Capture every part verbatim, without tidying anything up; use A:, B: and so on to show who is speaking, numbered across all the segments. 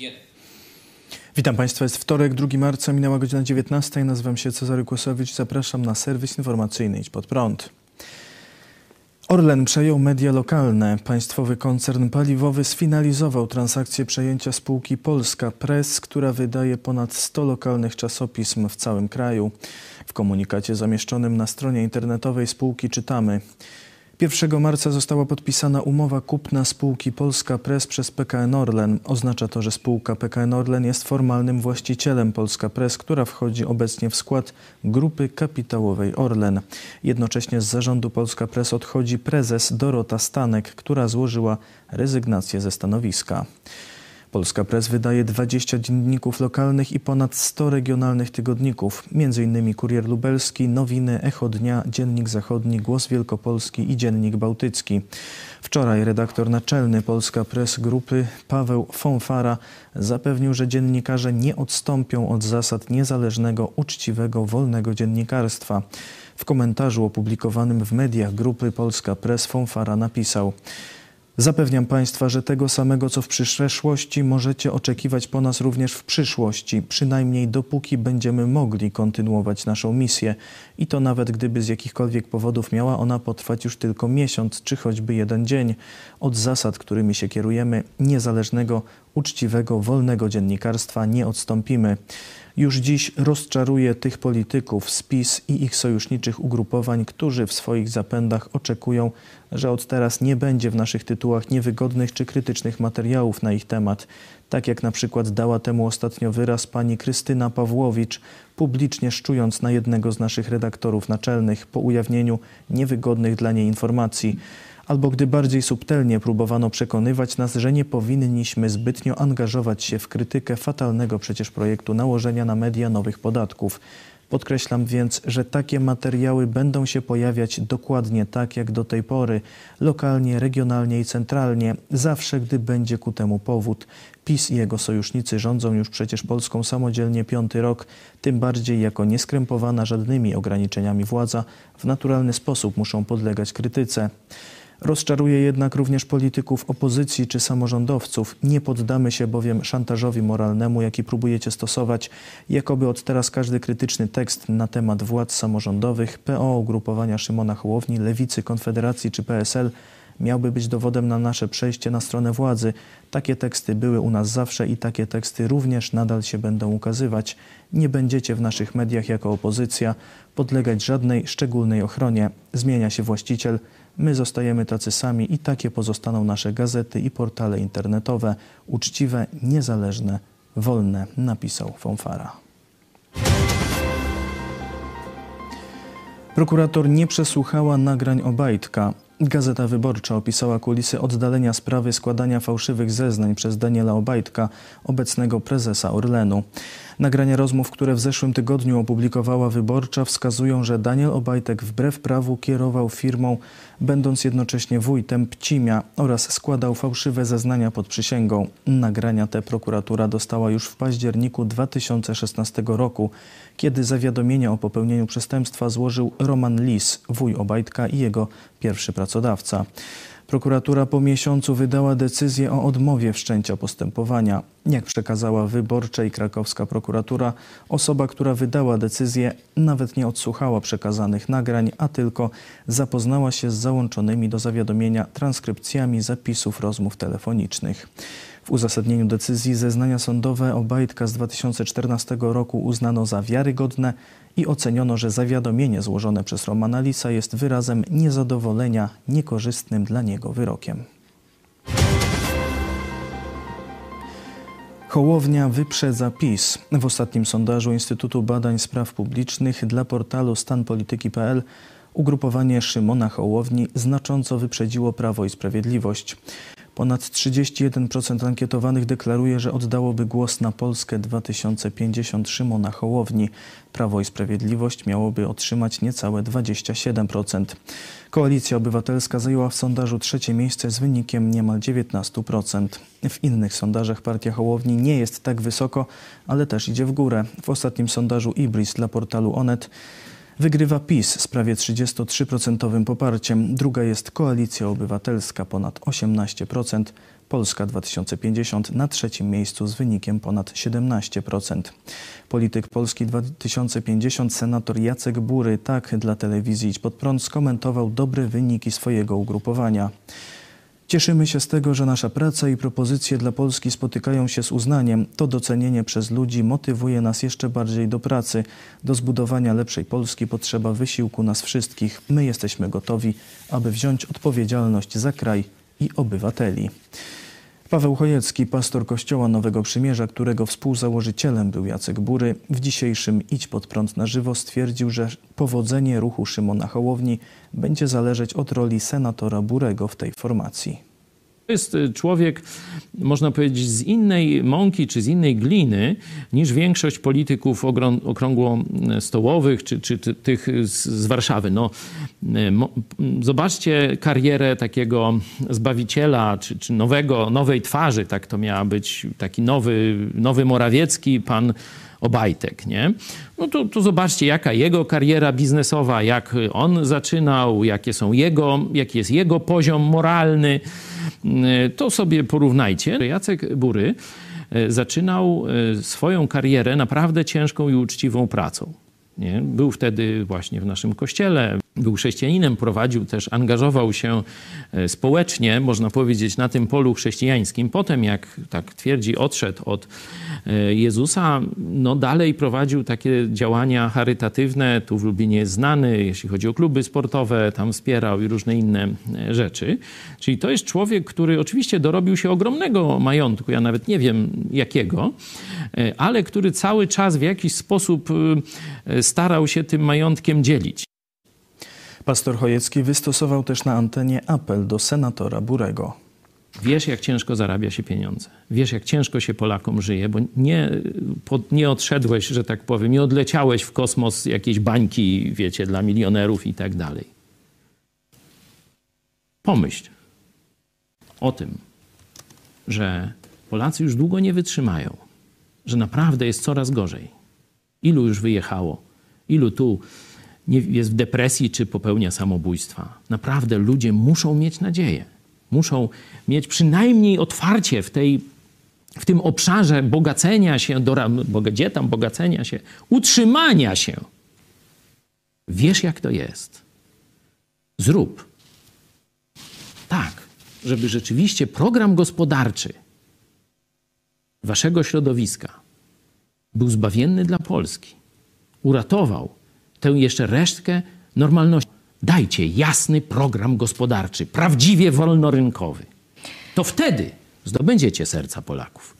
A: jeden.
B: Witam Państwa, jest wtorek, drugiego marca, minęła godzina dziewiętnasta. Nazywam się Cezary Kłosowicz, zapraszam na serwis informacyjny Idź Pod Prąd. Orlen przejął media lokalne. Państwowy koncern paliwowy sfinalizował transakcję przejęcia spółki Polska Press, która wydaje ponad sto lokalnych czasopism w całym kraju. W komunikacie zamieszczonym na stronie internetowej spółki czytamy: pierwszego marca została podpisana umowa kupna spółki Polska Press przez P K N Orlen. Oznacza to, że spółka P K N Orlen jest formalnym właścicielem Polska Press, która wchodzi obecnie w skład grupy kapitałowej Orlen. Jednocześnie z zarządu Polska Press odchodzi prezes Dorota Stanek, która złożyła rezygnację ze stanowiska. Polska Press wydaje dwadzieścia dzienników lokalnych i ponad sto regionalnych tygodników, między innymi Kurier Lubelski, Nowiny, Echo Dnia, Dziennik Zachodni, Głos Wielkopolski i Dziennik Bałtycki. Wczoraj redaktor naczelny Polska Press Grupy Paweł Fonfara zapewnił, że dziennikarze nie odstąpią od zasad niezależnego, uczciwego, wolnego dziennikarstwa. W komentarzu opublikowanym w mediach grupy Polska Press Fonfara napisał: zapewniam Państwa, że tego samego co w przeszłości możecie oczekiwać po nas również w przyszłości, przynajmniej dopóki będziemy mogli kontynuować naszą misję. I to nawet gdyby z jakichkolwiek powodów miała ona potrwać już tylko miesiąc, czy choćby jeden dzień. Od zasad, którymi się kierujemy, niezależnego, uczciwego, wolnego dziennikarstwa nie odstąpimy. Już dziś rozczaruje tych polityków z PiS i ich sojuszniczych ugrupowań, którzy w swoich zapędach oczekują, że od teraz nie będzie w naszych tytułach niewygodnych czy krytycznych materiałów na ich temat. Tak jak na przykład dała temu ostatnio wyraz pani Krystyna Pawłowicz, publicznie szczując na jednego z naszych redaktorów naczelnych po ujawnieniu niewygodnych dla niej informacji. Albo gdy bardziej subtelnie próbowano przekonywać nas, że nie powinniśmy zbytnio angażować się w krytykę fatalnego przecież projektu nałożenia na media nowych podatków. Podkreślam więc, że takie materiały będą się pojawiać dokładnie tak jak do tej pory, lokalnie, regionalnie i centralnie, zawsze gdy będzie ku temu powód. PiS i jego sojusznicy rządzą już przecież Polską samodzielnie piąty rok, tym bardziej jako nieskrępowana żadnymi ograniczeniami władza w naturalny sposób muszą podlegać krytyce. Rozczaruje jednak również polityków opozycji czy samorządowców. Nie poddamy się bowiem szantażowi moralnemu, jaki próbujecie stosować, jakoby od teraz każdy krytyczny tekst na temat władz samorządowych, P O, ugrupowania Szymona Hołowni, Lewicy, Konfederacji czy P S L miałby być dowodem na nasze przejście na stronę władzy. Takie teksty były u nas zawsze i takie teksty również nadal się będą ukazywać. Nie będziecie w naszych mediach jako opozycja podlegać żadnej szczególnej ochronie. Zmienia się właściciel, my zostajemy tacy sami i takie pozostaną nasze gazety i portale internetowe, uczciwe, niezależne, wolne, napisał Fonfara. Prokurator nie przesłuchała nagrań Obajtka. Gazeta Wyborcza opisała kulisy oddalenia sprawy składania fałszywych zeznań przez Daniela Obajtka, obecnego prezesa Orlenu. Nagrania rozmów, które w zeszłym tygodniu opublikowała Wyborcza, wskazują, że Daniel Obajtek wbrew prawu kierował firmą, będąc jednocześnie wójtem Pcimia, oraz składał fałszywe zeznania pod przysięgą. Nagrania te prokuratura dostała już w październiku dwa tysiące szesnastego roku, kiedy zawiadomienie o popełnieniu przestępstwa złożył Roman Lis, wuj Obajtka i jego pierwszy pracodawca. Prokuratura po miesiącu wydała decyzję o odmowie wszczęcia postępowania. Jak przekazała Wyborcza i krakowska prokuratura, osoba, która wydała decyzję, nawet nie odsłuchała przekazanych nagrań, a tylko zapoznała się z załączonymi do zawiadomienia transkrypcjami zapisów rozmów telefonicznych. W uzasadnieniu decyzji zeznania sądowe Obajtka z dwa tysiące czternastego roku uznano za wiarygodne i oceniono, że zawiadomienie złożone przez Romana Lisa jest wyrazem niezadowolenia niekorzystnym dla niego wyrokiem. Hołownia wyprzedza PiS. W ostatnim sondażu Instytutu Badań Spraw Publicznych dla portalu stan polityki kropka p l ugrupowanie Szymona Hołowni znacząco wyprzedziło Prawo i Sprawiedliwość. Ponad trzydzieści jeden procent ankietowanych deklaruje, że oddałoby głos na Polskę dwa tysiące pięćdziesiąt Szymona Hołowni. Prawo i Sprawiedliwość miałoby otrzymać niecałe dwadzieścia siedem procent. Koalicja Obywatelska zajęła w sondażu trzecie miejsce z wynikiem niemal dziewiętnaście procent. W innych sondażach partia Hołowni nie jest tak wysoko, ale też idzie w górę. W ostatnim sondażu Ibris dla portalu Onet wygrywa PiS z prawie trzydziestotrzyprocentowym poparciem. Druga jest Koalicja Obywatelska, ponad osiemnaście procent. Polska dwa tysiące pięćdziesiąt na trzecim miejscu z wynikiem ponad siedemnaście procent. Polityk Polski dwa tysiące pięćdziesiąt senator Jacek Bury tak dla telewizji Idź Pod Prąd skomentował dobre wyniki swojego ugrupowania. Cieszymy się z tego, że nasza praca i propozycje dla Polski spotykają się z uznaniem. To docenienie przez ludzi motywuje nas jeszcze bardziej do pracy. Do zbudowania lepszej Polski potrzeba wysiłku nas wszystkich. My jesteśmy gotowi, aby wziąć odpowiedzialność za kraj i obywateli. Paweł Chojecki, pastor Kościoła Nowego Przymierza, którego współzałożycielem był Jacek Bury, w dzisiejszym Idź Pod Prąd na żywo stwierdził, że powodzenie ruchu Szymona Hołowni będzie zależeć od roli senatora Burego w tej formacji.
A: To jest człowiek, można powiedzieć, z innej mąki czy z innej gliny niż większość polityków okrągłostołowych czy, czy, czy tych z, z Warszawy. No, mo, zobaczcie karierę takiego zbawiciela czy, czy nowego, nowej twarzy. Tak to miała być taki nowy, nowy Morawiecki, pan Obajtek, nie? No to, to zobaczcie, jaka jego kariera biznesowa, jak on zaczynał, jakie są jego, jaki jest jego poziom moralny. To sobie porównajcie. Jacek Bury zaczynał swoją karierę naprawdę ciężką i uczciwą pracą. Nie? Był wtedy właśnie w naszym kościele, był chrześcijaninem, prowadził też, angażował się społecznie, można powiedzieć, na tym polu chrześcijańskim. Potem, jak tak twierdzi, odszedł od Jezusa, no dalej prowadził takie działania charytatywne. Tu w Lublinie jest znany, jeśli chodzi o kluby sportowe, tam wspierał i różne inne rzeczy. Czyli to jest człowiek, który oczywiście dorobił się ogromnego majątku, ja nawet nie wiem jakiego, ale który cały czas w jakiś sposób starał się tym majątkiem dzielić.
B: Pastor Chojecki wystosował też na antenie apel do senatora Burego.
A: Wiesz, jak ciężko zarabia się pieniądze. Wiesz, jak ciężko się Polakom żyje, bo nie, pod, nie odszedłeś, że tak powiem, nie odleciałeś w kosmos jakiejś bańki, wiecie, dla milionerów i tak dalej. Pomyśl o tym, że Polacy już długo nie wytrzymają, że naprawdę jest coraz gorzej. Ilu już wyjechało? Ilu tu nie jest w depresji czy popełnia samobójstwa? Naprawdę ludzie muszą mieć nadzieję. Muszą mieć przynajmniej otwarcie w, tej, w tym obszarze bogacenia się, do, gdzie tam bogacenia się, utrzymania się. Wiesz, jak to jest. Zrób tak, żeby rzeczywiście program gospodarczy waszego środowiska był zbawienny dla Polski. Uratował tę jeszcze resztkę normalności. Dajcie jasny program gospodarczy, prawdziwie wolnorynkowy. To wtedy zdobędziecie serca Polaków.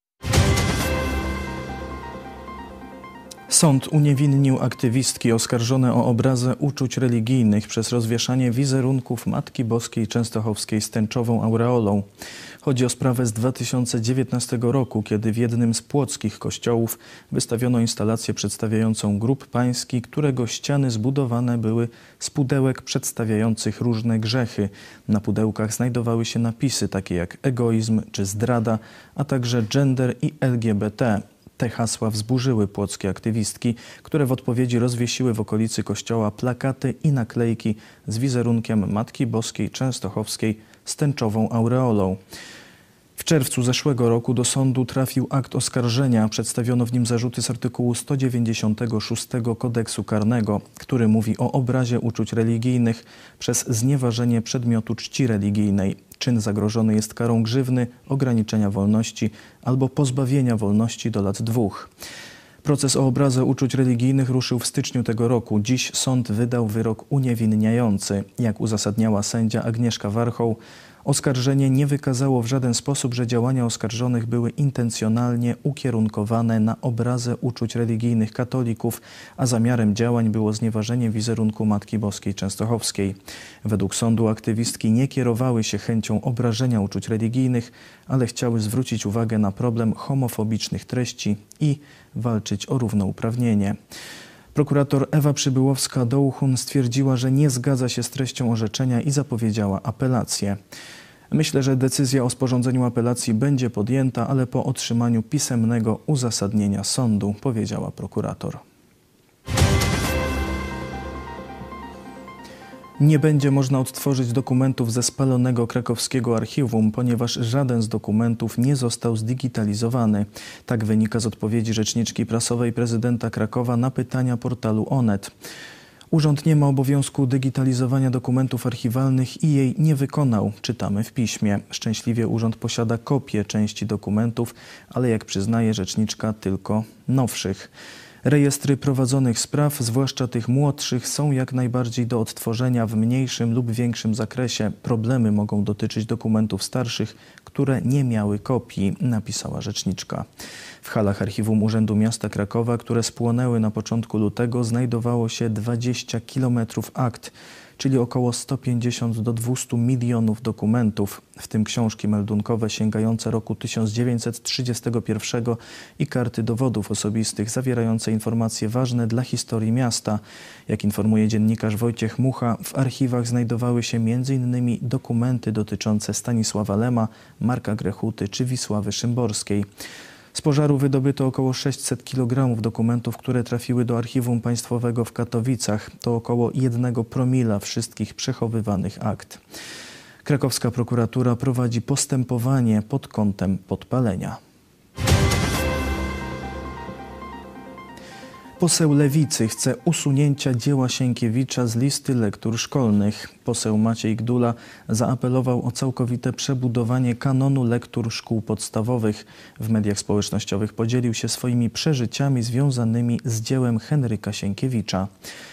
B: Sąd uniewinnił aktywistki oskarżone o obrazę uczuć religijnych przez rozwieszanie wizerunków Matki Boskiej Częstochowskiej z tęczową aureolą. Chodzi o sprawę z dwa tysiące dziewiętnastego roku, kiedy w jednym z płockich kościołów wystawiono instalację przedstawiającą grób pański, którego ściany zbudowane były z pudełek przedstawiających różne grzechy. Na pudełkach znajdowały się napisy takie jak egoizm czy zdrada, a także gender i L G B T. Te hasła wzburzyły płockie aktywistki, które w odpowiedzi rozwiesiły w okolicy kościoła plakaty i naklejki z wizerunkiem Matki Boskiej Częstochowskiej z tęczową aureolą. W czerwcu zeszłego roku do sądu trafił akt oskarżenia. Przedstawiono w nim zarzuty z artykułu sto dziewięćdziesiątego szóstego Kodeksu Karnego, który mówi o obrazie uczuć religijnych przez znieważenie przedmiotu czci religijnej. Czyn zagrożony jest karą grzywny, ograniczenia wolności albo pozbawienia wolności do lat dwóch. Proces o obrazę uczuć religijnych ruszył w styczniu tego roku. Dziś sąd wydał wyrok uniewinniający. Jak uzasadniała sędzia Agnieszka Warchoł, oskarżenie nie wykazało w żaden sposób, że działania oskarżonych były intencjonalnie ukierunkowane na obrazę uczuć religijnych katolików, a zamiarem działań było znieważenie wizerunku Matki Boskiej Częstochowskiej. Według sądu aktywistki nie kierowały się chęcią obrażenia uczuć religijnych, ale chciały zwrócić uwagę na problem homofobicznych treści i walczyć o równouprawnienie. Prokurator Ewa Przybyłowska-Dołchun stwierdziła, że nie zgadza się z treścią orzeczenia i zapowiedziała apelację. Myślę, że decyzja o sporządzeniu apelacji będzie podjęta, ale po otrzymaniu pisemnego uzasadnienia sądu, powiedziała prokurator. Nie będzie można odtworzyć dokumentów ze spalonego krakowskiego archiwum, ponieważ żaden z dokumentów nie został zdigitalizowany. Tak wynika z odpowiedzi rzeczniczki prasowej prezydenta Krakowa na pytania portalu Onet. Urząd nie ma obowiązku digitalizowania dokumentów archiwalnych i jej nie wykonał, czytamy w piśmie. Szczęśliwie urząd posiada kopię części dokumentów, ale jak przyznaje rzeczniczka, tylko nowszych. Rejestry prowadzonych spraw, zwłaszcza tych młodszych, są jak najbardziej do odtworzenia w mniejszym lub większym zakresie. Problemy mogą dotyczyć dokumentów starszych, które nie miały kopii, napisała rzeczniczka. W halach archiwum Urzędu Miasta Krakowa, które spłonęły na początku lutego, znajdowało się dwadzieścia kilometrów akt, czyli około sto pięćdziesiąt do dwustu milionów dokumentów, w tym książki meldunkowe sięgające roku tysiąc dziewięćset trzydziestego pierwszego i karty dowodów osobistych zawierające informacje ważne dla historii miasta. Jak informuje dziennikarz Wojciech Mucha, w archiwach znajdowały się między innymi dokumenty dotyczące Stanisława Lema, Marka Grechuty czy Wisławy Szymborskiej. Z pożaru wydobyto około sześćset kilogramów dokumentów, które trafiły do Archiwum Państwowego w Katowicach. To około jednego promila wszystkich przechowywanych akt. Krakowska prokuratura prowadzi postępowanie pod kątem podpalenia. Poseł Lewicy chce usunięcia dzieła Sienkiewicza z listy lektur szkolnych. Poseł Maciej Gdula zaapelował o całkowite przebudowanie kanonu lektur szkół podstawowych. W mediach społecznościowych podzielił się swoimi przeżyciami związanymi z dziełem Henryka Sienkiewicza.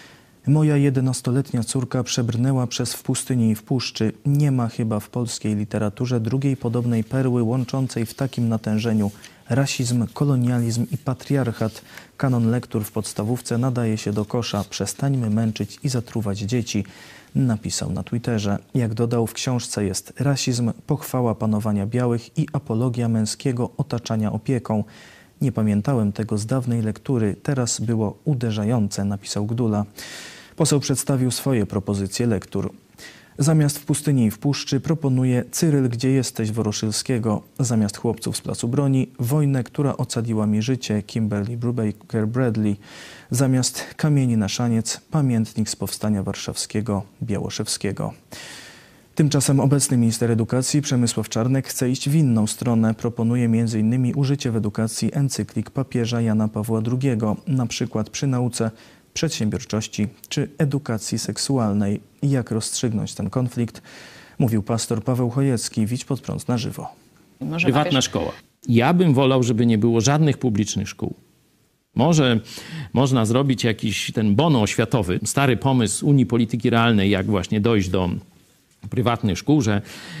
B: Moja jedenastoletnia córka przebrnęła przez W pustyni i w puszczy. Nie ma chyba w polskiej literaturze drugiej podobnej perły łączącej w takim natężeniu rasizm, kolonializm i patriarchat. Kanon lektur w podstawówce nadaje się do kosza. Przestańmy męczyć i zatruwać dzieci, napisał na Twitterze. Jak dodał, w książce jest rasizm, pochwała panowania białych i apologia męskiego otaczania opieką. Nie pamiętałem tego z dawnej lektury, teraz było uderzające, napisał Gdula. Poseł przedstawił swoje propozycje lektur. Zamiast W pustyni i w puszczy proponuje Cyryl, gdzie jesteś Woroszylskiego. Zamiast Chłopców z placu broni Wojnę, która ocaliła mi życie Kimberly Brubaker Bradley. Zamiast Kamieni na szaniec Pamiętnik z powstania warszawskiego Białoszewskiego. Tymczasem obecny minister edukacji Przemysław Czarnek chce iść w inną stronę. Proponuje między innymi użycie w edukacji encyklik papieża Jana Pawła drugiego, na przykład przy nauce przedsiębiorczości czy edukacji seksualnej. Jak rozstrzygnąć ten konflikt, mówił pastor Paweł Chojecki. Widź pod prąd na żywo.
A: Może prywatna papież... szkoła. Ja bym wolał, żeby nie było żadnych publicznych szkół. Może można zrobić jakiś ten bon oświatowy, stary pomysł Unii Polityki Realnej, jak właśnie dojść do prywatnych szkół, że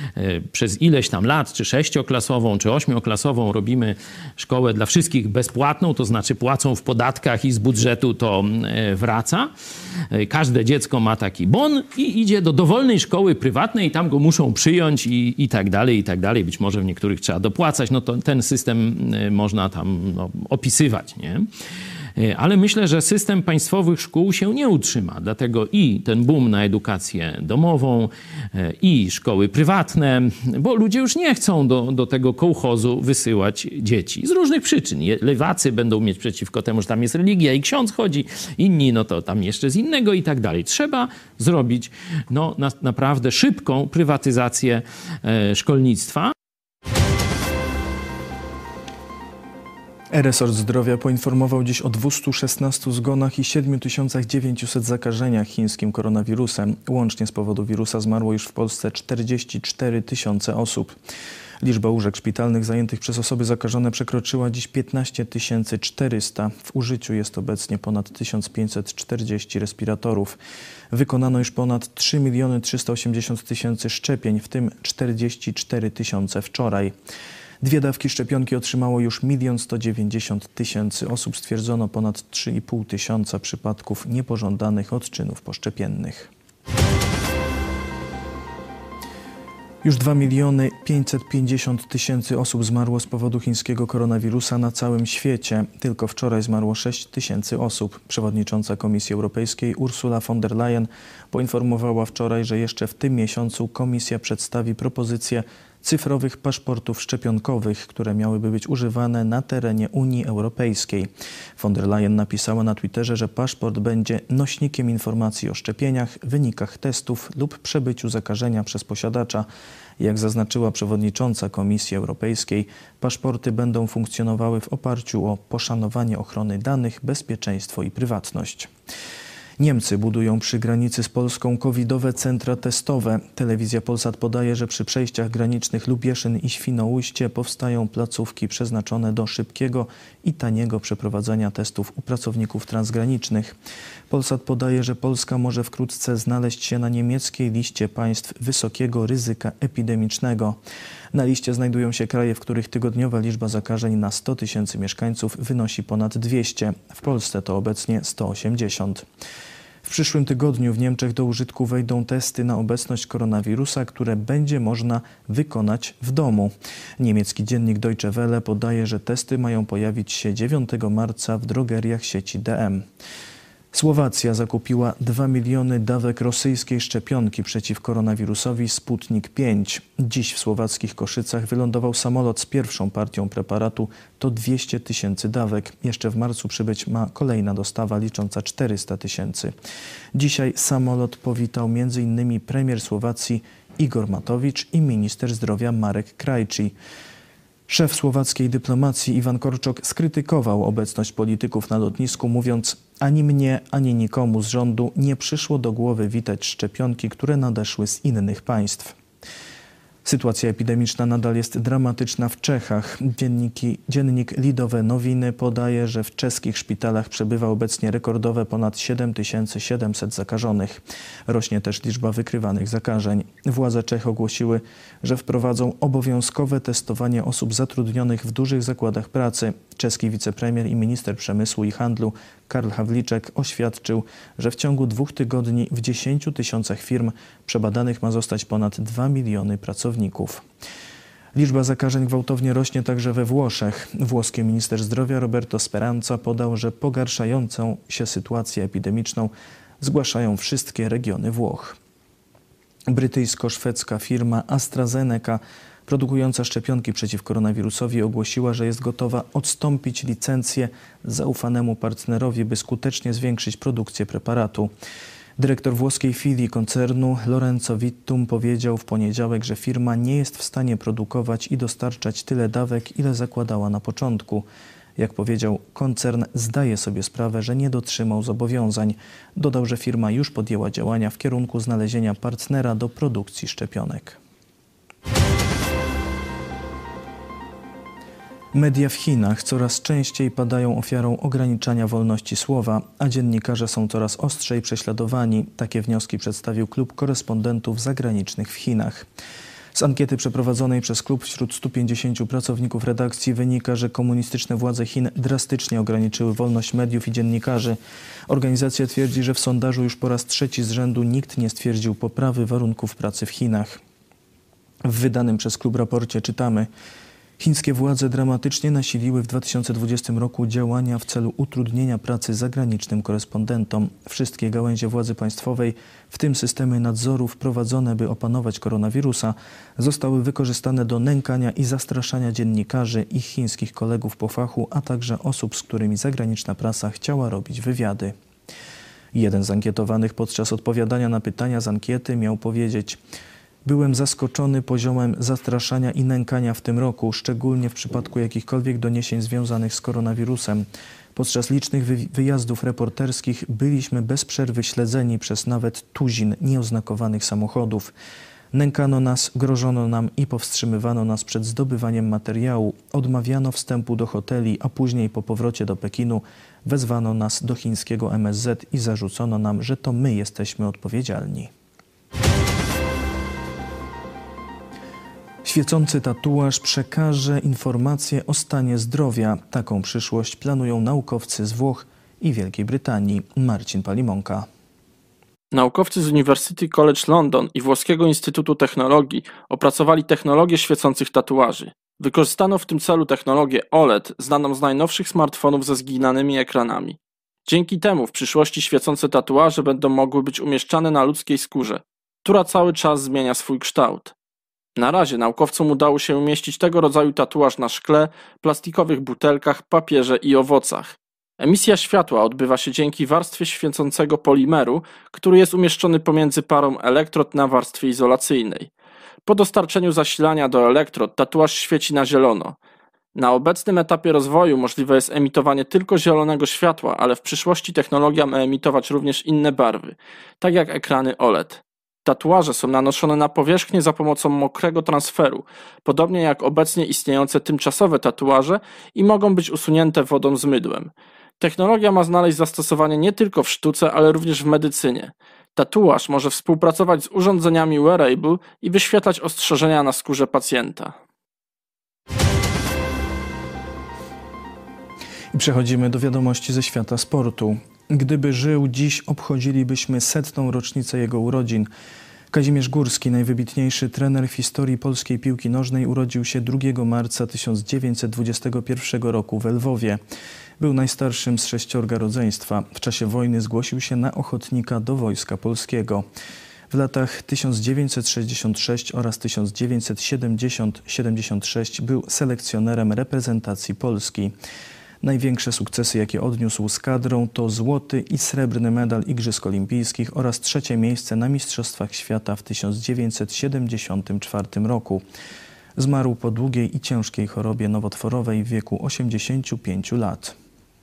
A: przez ileś tam lat, czy sześcioklasową, czy ośmioklasową robimy szkołę dla wszystkich bezpłatną, to znaczy płacą w podatkach i z budżetu to wraca. Każde dziecko ma taki bon i idzie do dowolnej szkoły prywatnej, tam go muszą przyjąć i, i tak dalej, i tak dalej. Być może w niektórych trzeba dopłacać, no to ten system można tam no, opisywać, nie? Ale myślę, że system państwowych szkół się nie utrzyma. Dlatego i ten boom na edukację domową, i szkoły prywatne, bo ludzie już nie chcą do, do tego kołchozu wysyłać dzieci. Z różnych przyczyn. Lewacy będą mieć przeciwko temu, że tam jest religia i ksiądz chodzi, inni no to tam jeszcze z innego i tak dalej. Trzeba zrobić no, na, naprawdę szybką prywatyzację e, szkolnictwa.
B: Resort Zdrowia poinformował dziś o dwustu szesnastu zgonach i siedmiu tysiącach dziewięciuset zakażeniach chińskim koronawirusem. Łącznie z powodu wirusa zmarło już w Polsce czterdzieści cztery tysiące osób. Liczba łóżek szpitalnych zajętych przez osoby zakażone przekroczyła dziś piętnaście tysięcy czterysta. W użyciu jest obecnie ponad tysiąc pięćset czterdzieści respiratorów. Wykonano już ponad trzy miliony trzysta osiemdziesiąt tysięcy szczepień, w tym czterdzieści cztery tysiące wczoraj. Dwie dawki szczepionki otrzymało już milion sto dziewięćdziesiąt tysięcy osób. Stwierdzono ponad trzy i pół tysiąca przypadków niepożądanych odczynów poszczepiennych. Już dwa miliony pięćset pięćdziesiąt tysięcy osób zmarło z powodu chińskiego koronawirusa na całym świecie. Tylko wczoraj zmarło sześć tysięcy osób. Przewodnicząca Komisji Europejskiej Ursula von der Leyen poinformowała wczoraj, że jeszcze w tym miesiącu Komisja przedstawi propozycję cyfrowych paszportów szczepionkowych, które miałyby być używane na terenie Unii Europejskiej. Von der Leyen napisała na Twitterze, że paszport będzie nośnikiem informacji o szczepieniach, wynikach testów lub przebyciu zakażenia przez posiadacza. Jak zaznaczyła przewodnicząca Komisji Europejskiej, paszporty będą funkcjonowały w oparciu o poszanowanie ochrony danych, bezpieczeństwo i prywatność. Niemcy budują przy granicy z Polską covidowe centra testowe. Telewizja Polsat podaje, że przy przejściach granicznych Lubieszyn i Świnoujście powstają placówki przeznaczone do szybkiego i taniego przeprowadzania testów u pracowników transgranicznych. Polsat podaje, że Polska może wkrótce znaleźć się na niemieckiej liście państw wysokiego ryzyka epidemicznego. Na liście znajdują się kraje, w których tygodniowa liczba zakażeń na sto tysięcy mieszkańców wynosi ponad dwieście. W Polsce to obecnie sto osiemdziesiąt. W przyszłym tygodniu w Niemczech do użytku wejdą testy na obecność koronawirusa, które będzie można wykonać w domu. Niemiecki dziennik Deutsche Welle podaje, że testy mają pojawić się dziewiątego marca w drogeriach sieci D M. Słowacja zakupiła dwa miliony dawek rosyjskiej szczepionki przeciw koronawirusowi Sputnik pięć. Dziś w słowackich Koszycach wylądował samolot z pierwszą partią preparatu, to dwieście tysięcy dawek. Jeszcze w marcu przybyć ma kolejna dostawa licząca czterysta tysięcy. Dzisiaj samolot powitał między innymi premier Słowacji Igor Matowicz i minister zdrowia Marek Krajčí. Szef słowackiej dyplomacji Iwan Korczok skrytykował obecność polityków na lotnisku, mówiąc: ani mnie, ani nikomu z rządu nie przyszło do głowy witać szczepionki, które nadeszły z innych państw. Sytuacja epidemiczna nadal jest dramatyczna w Czechach. Dzienniki, dziennik Lidowe Nowiny podaje, że w czeskich szpitalach przebywa obecnie rekordowe ponad siedem tysięcy siedemset zakażonych. Rośnie też liczba wykrywanych zakażeń. Władze Czech ogłosiły, że wprowadzą obowiązkowe testowanie osób zatrudnionych w dużych zakładach pracy. Czeski wicepremier i minister przemysłu i handlu Karl Havlíček oświadczył, że w ciągu dwóch tygodni w dziesięciu tysiącach firm przebadanych ma zostać ponad dwa miliony pracowników. Liczba zakażeń gwałtownie rośnie także we Włoszech. Włoski minister zdrowia Roberto Speranza podał, że pogarszającą się sytuację epidemiczną zgłaszają wszystkie regiony Włoch. Brytyjsko-szwedzka firma AstraZeneca produkująca szczepionki przeciw koronawirusowi ogłosiła, że jest gotowa odstąpić licencję zaufanemu partnerowi, by skutecznie zwiększyć produkcję preparatu. Dyrektor włoskiej filii koncernu Lorenzo Vittum powiedział w poniedziałek, że firma nie jest w stanie produkować i dostarczać tyle dawek, ile zakładała na początku. Jak powiedział, koncern zdaje sobie sprawę, że nie dotrzymał zobowiązań. Dodał, że firma już podjęła działania w kierunku znalezienia partnera do produkcji szczepionek. Media w Chinach coraz częściej padają ofiarą ograniczania wolności słowa, a dziennikarze są coraz ostrzej prześladowani. Takie wnioski przedstawił Klub Korespondentów Zagranicznych w Chinach. Z ankiety przeprowadzonej przez klub wśród stu pięćdziesięciu pracowników redakcji wynika, że komunistyczne władze Chin drastycznie ograniczyły wolność mediów i dziennikarzy. Organizacja twierdzi, że w sondażu już po raz trzeci z rzędu nikt nie stwierdził poprawy warunków pracy w Chinach. W wydanym przez klub raporcie czytamy: chińskie władze dramatycznie nasiliły w dwa tysiące dwudziestym roku działania w celu utrudnienia pracy zagranicznym korespondentom. Wszystkie gałęzie władzy państwowej, w tym systemy nadzoru wprowadzone, by opanować koronawirusa, zostały wykorzystane do nękania i zastraszania dziennikarzy, ich chińskich kolegów po fachu, a także osób, z którymi zagraniczna prasa chciała robić wywiady. Jeden z ankietowanych podczas odpowiadania na pytania z ankiety miał powiedzieć: byłem zaskoczony poziomem zastraszania i nękania w tym roku, szczególnie w przypadku jakichkolwiek doniesień związanych z koronawirusem. Podczas licznych wyjazdów reporterskich byliśmy bez przerwy śledzeni przez nawet tuzin nieoznakowanych samochodów. Nękano nas, grożono nam i powstrzymywano nas przed zdobywaniem materiału. Odmawiano wstępu do hoteli, a później po powrocie do Pekinu wezwano nas do chińskiego M S Z i zarzucono nam, że to my jesteśmy odpowiedzialni. Świecący tatuaż przekaże informacje o stanie zdrowia. Taką przyszłość planują naukowcy z Włoch i Wielkiej Brytanii. Marcin Palimonka.
C: Naukowcy z University College London i Włoskiego Instytutu Technologii opracowali technologię świecących tatuaży. Wykorzystano w tym celu technologię O L E D, znaną z najnowszych smartfonów ze zginanymi ekranami. Dzięki temu w przyszłości świecące tatuaże będą mogły być umieszczane na ludzkiej skórze, która cały czas zmienia swój kształt. Na razie naukowcom udało się umieścić tego rodzaju tatuaż na szkle, plastikowych butelkach, papierze i owocach. Emisja światła odbywa się dzięki warstwie świecącego polimeru, który jest umieszczony pomiędzy parą elektrod na warstwie izolacyjnej. Po dostarczeniu zasilania do elektrod tatuaż świeci na zielono. Na obecnym etapie rozwoju możliwe jest emitowanie tylko zielonego światła, ale w przyszłości technologia ma emitować również inne barwy, tak jak ekrany O L E D. Tatuaże są nanoszone na powierzchnię za pomocą mokrego transferu, podobnie jak obecnie istniejące tymczasowe tatuaże i mogą być usunięte wodą z mydłem. Technologia ma znaleźć zastosowanie nie tylko w sztuce, ale również w medycynie. Tatuaż może współpracować z urządzeniami wearable i wyświetlać ostrzeżenia na skórze pacjenta.
B: I przechodzimy do wiadomości ze świata sportu. Gdyby żył dziś, obchodzilibyśmy setną rocznicę jego urodzin. Kazimierz Górski, najwybitniejszy trener w historii polskiej piłki nożnej, urodził się drugiego marca tysiąc dziewięćset dwudziestego pierwszego roku w Lwowie. Był najstarszym z sześciorga rodzeństwa. W czasie wojny zgłosił się na ochotnika do Wojska Polskiego. W latach tysiąc dziewięćset sześćdziesiąt sześć oraz tysiąc dziewięćset siedemdziesiąt do siedemdziesiąt sześć był selekcjonerem reprezentacji Polski. Największe sukcesy, jakie odniósł z kadrą, to złoty i srebrny medal Igrzysk Olimpijskich oraz trzecie miejsce na Mistrzostwach Świata w tysiąc dziewięćset siedemdziesiątym czwartym roku. Zmarł po długiej i ciężkiej chorobie nowotworowej w wieku osiemdziesięciu pięciu lat.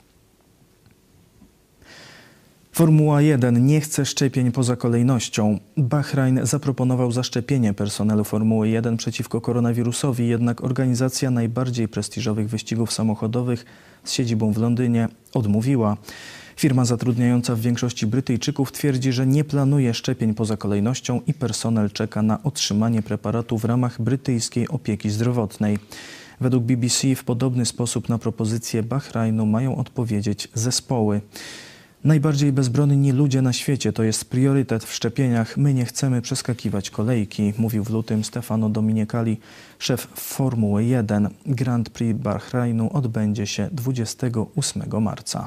B: Formuła jeden nie chce szczepień poza kolejnością. Bahrajn zaproponował zaszczepienie personelu Formuły jeden przeciwko koronawirusowi, jednak organizacja najbardziej prestiżowych wyścigów samochodowych z siedzibą w Londynie odmówiła. Firma zatrudniająca w większości Brytyjczyków twierdzi, że nie planuje szczepień poza kolejnością i personel czeka na otrzymanie preparatu w ramach brytyjskiej opieki zdrowotnej. Według B B C w podobny sposób na propozycję Bahrajnu mają odpowiedzieć zespoły. Najbardziej bezbronni ludzie na świecie to jest priorytet w szczepieniach. My nie chcemy przeskakiwać kolejki, mówił w lutym Stefano Domenicali, szef Formuły jeden. Grand Prix Bahrajnu odbędzie się dwudziestego ósmego marca.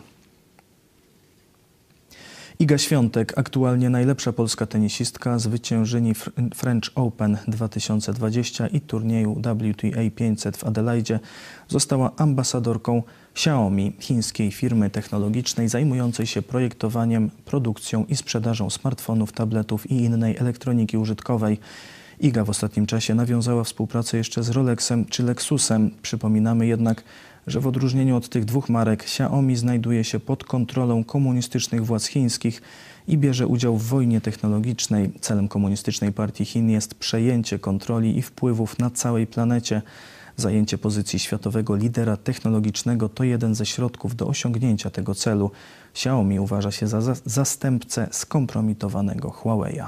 B: Iga Świątek, aktualnie najlepsza polska tenisistka, zwyciężyni French Open dwa tysiące dwadzieścia i turnieju W T A pięćset w Adelaidzie, została ambasadorką Xiaomi, chińskiej firmy technologicznej zajmującej się projektowaniem, produkcją i sprzedażą smartfonów, tabletów i innej elektroniki użytkowej. Iga w ostatnim czasie nawiązała współpracę jeszcze z Rolexem czy Lexusem. Przypominamy jednak, że w odróżnieniu od tych dwóch marek Xiaomi znajduje się pod kontrolą komunistycznych władz chińskich i bierze udział w wojnie technologicznej. Celem Komunistycznej Partii Chin jest przejęcie kontroli i wpływów na całej planecie. Zajęcie pozycji światowego lidera technologicznego to jeden ze środków do osiągnięcia tego celu. Xiaomi uważa się za zastępcę skompromitowanego Huawei'a.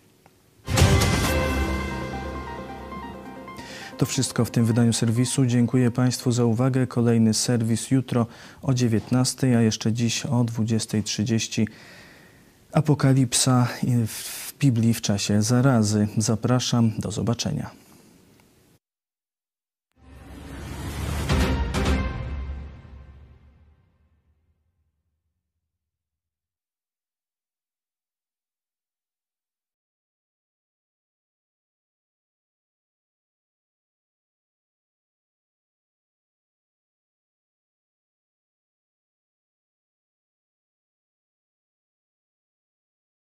B: To wszystko w tym wydaniu serwisu. Dziękuję Państwu za uwagę. Kolejny serwis jutro o dziewiętnastej, a jeszcze dziś o dwudziestej trzydzieści. Apokalipsa w Biblii w czasie zarazy. Zapraszam. Do zobaczenia.